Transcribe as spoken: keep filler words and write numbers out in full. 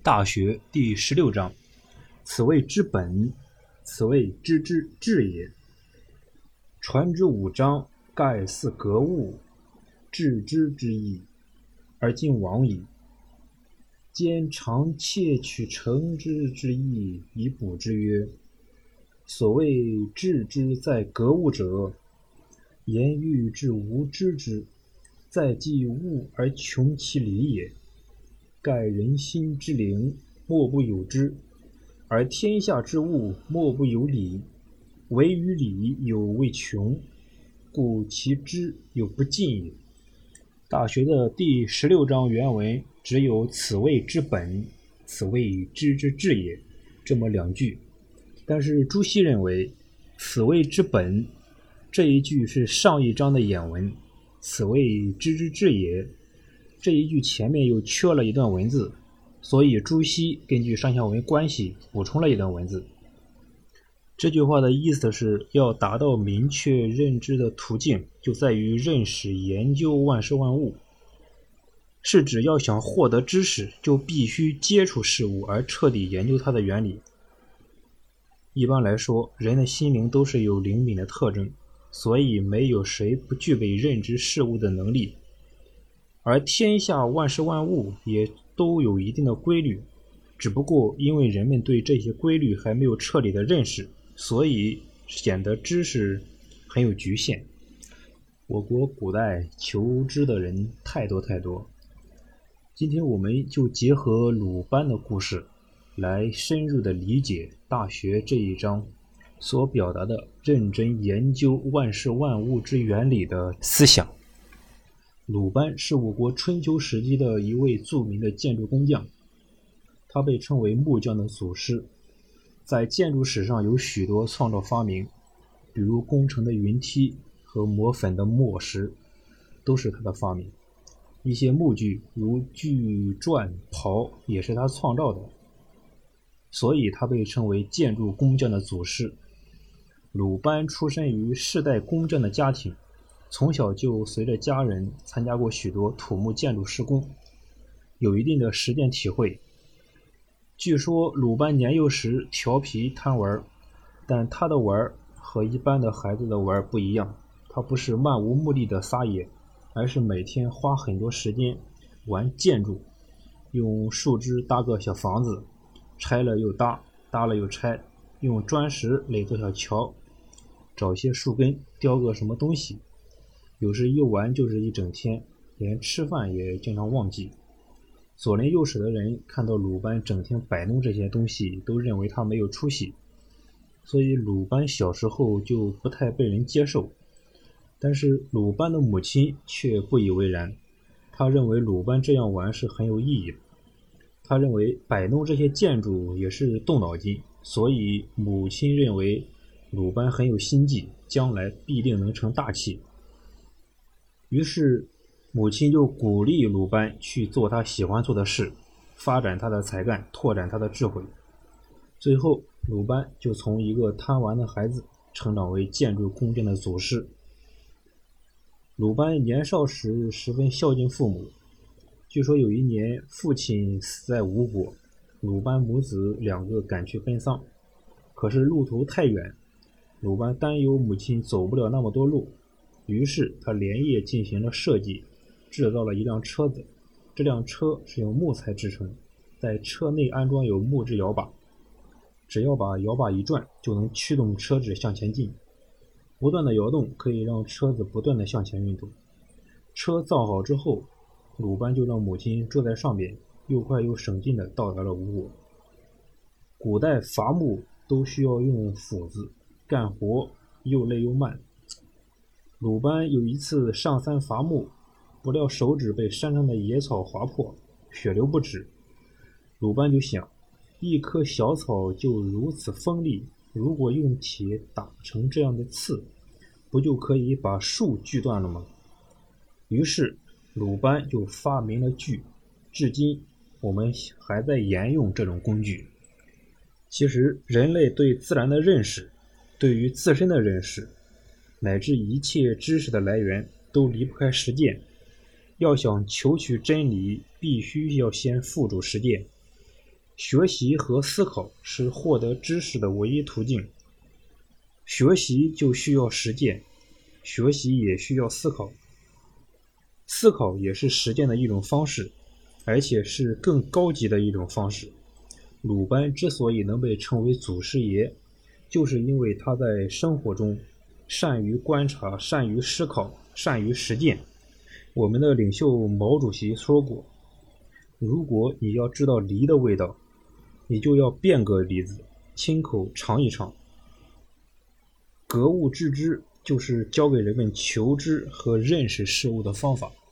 大学第十六章：此谓之本，此谓知之至也。传之五章，盖似格物，致知之意，而今亡矣。兼常窃取成之之意，以补之曰：所谓致之在格物者，言欲之无知之，在即物而穷其理也。盖人心之灵，莫不有之，而天下之物，莫不有理。唯于理有未穷，故其知有不尽也。大学的第十六章原文只有此谓之本，此谓知之至也这么两句，但是朱熹认为此谓之本这一句是上一章的眼文，此谓知之至也这一句前面又缺了一段文字，所以朱熹根据上下文关系补充了一段文字。这句话的意思是要达到明确认知的途径，就在于认识研究万事万物，是指要想获得知识，就必须接触事物而彻底研究它的原理。一般来说，人的心灵都是有灵敏的特征，所以没有谁不具备认知事物的能力。而天下万事万物也都有一定的规律，只不过因为人们对这些规律还没有彻底的认识，所以显得知识很有局限。我国古代求知的人太多太多，今天我们就结合鲁班的故事来深入的理解大学这一章所表达的认真研究万事万物之原理的思想。鲁班是我国春秋时期的一位著名的建筑工匠，他被称为木匠的祖师，在建筑史上有许多创造发明，比如工程的云梯和磨粉的磨石都是他的发明，一些木具如锯钻刨也是他创造的，所以他被称为建筑工匠的祖师。鲁班出身于世代工匠的家庭，从小就随着家人参加过许多土木建筑施工，有一定的实践体会。据说鲁班年幼时调皮贪玩，但他的玩和一般的孩子的玩不一样，他不是漫无目的的撒野，而是每天花很多时间玩建筑，用树枝搭个小房子，拆了又搭，搭了又拆，用砖石垒座小桥，找些树根雕个什么东西，有时一玩就是一整天，连吃饭也经常忘记。左邻右舍的人看到鲁班整天摆弄这些东西，都认为他没有出息，所以鲁班小时候就不太被人接受。但是鲁班的母亲却不以为然，他认为鲁班这样玩是很有意义的。他认为摆弄这些建筑也是动脑筋，所以母亲认为鲁班很有心计，将来必定能成大器。于是母亲就鼓励鲁班去做他喜欢做的事，发展他的才干，拓展他的智慧。最后鲁班就从一个贪玩的孩子成长为建筑工匠的祖师。鲁班年少时十分孝敬父母，据说有一年父亲死在吴国，鲁班母子两个赶去奔丧，可是路途太远，鲁班担忧母亲走不了那么多路，于是他连夜进行了设计，制造了一辆车子。这辆车是用木材制成，在车内安装有木质摇把，只要把摇把一转，就能驱动车子向前进。不断的摇动可以让车子不断的向前运动。车造好之后，鲁班就让母亲坐在上边，又快又省劲的到达了吴国。古代伐木都需要用斧子，干活又累又慢。鲁班有一次上山伐木，不料手指被山上的野草划破，血流不止。鲁班就想，一棵小草就如此锋利，如果用铁打成这样的刺，不就可以把树锯断了吗？于是鲁班就发明了锯，至今我们还在沿用这种工具。其实人类对自然的认识，对于自身的认识，乃至一切知识的来源都离不开实践。要想求取真理，必须要先付诸实践。 学习和思考是获得知识的唯一途径。学习就需要实践，学习也需要思考。思考也是实践的一种方式，而且是更高级的一种方式。鲁班之所以能被称为祖师爷，就是因为他在生活中善于观察，善于思考，善于实践。我们的领袖毛主席说过，如果你要知道梨的味道，你就要变个梨子，亲口尝一尝。格物致知就是教给人们求知和认识事物的方法。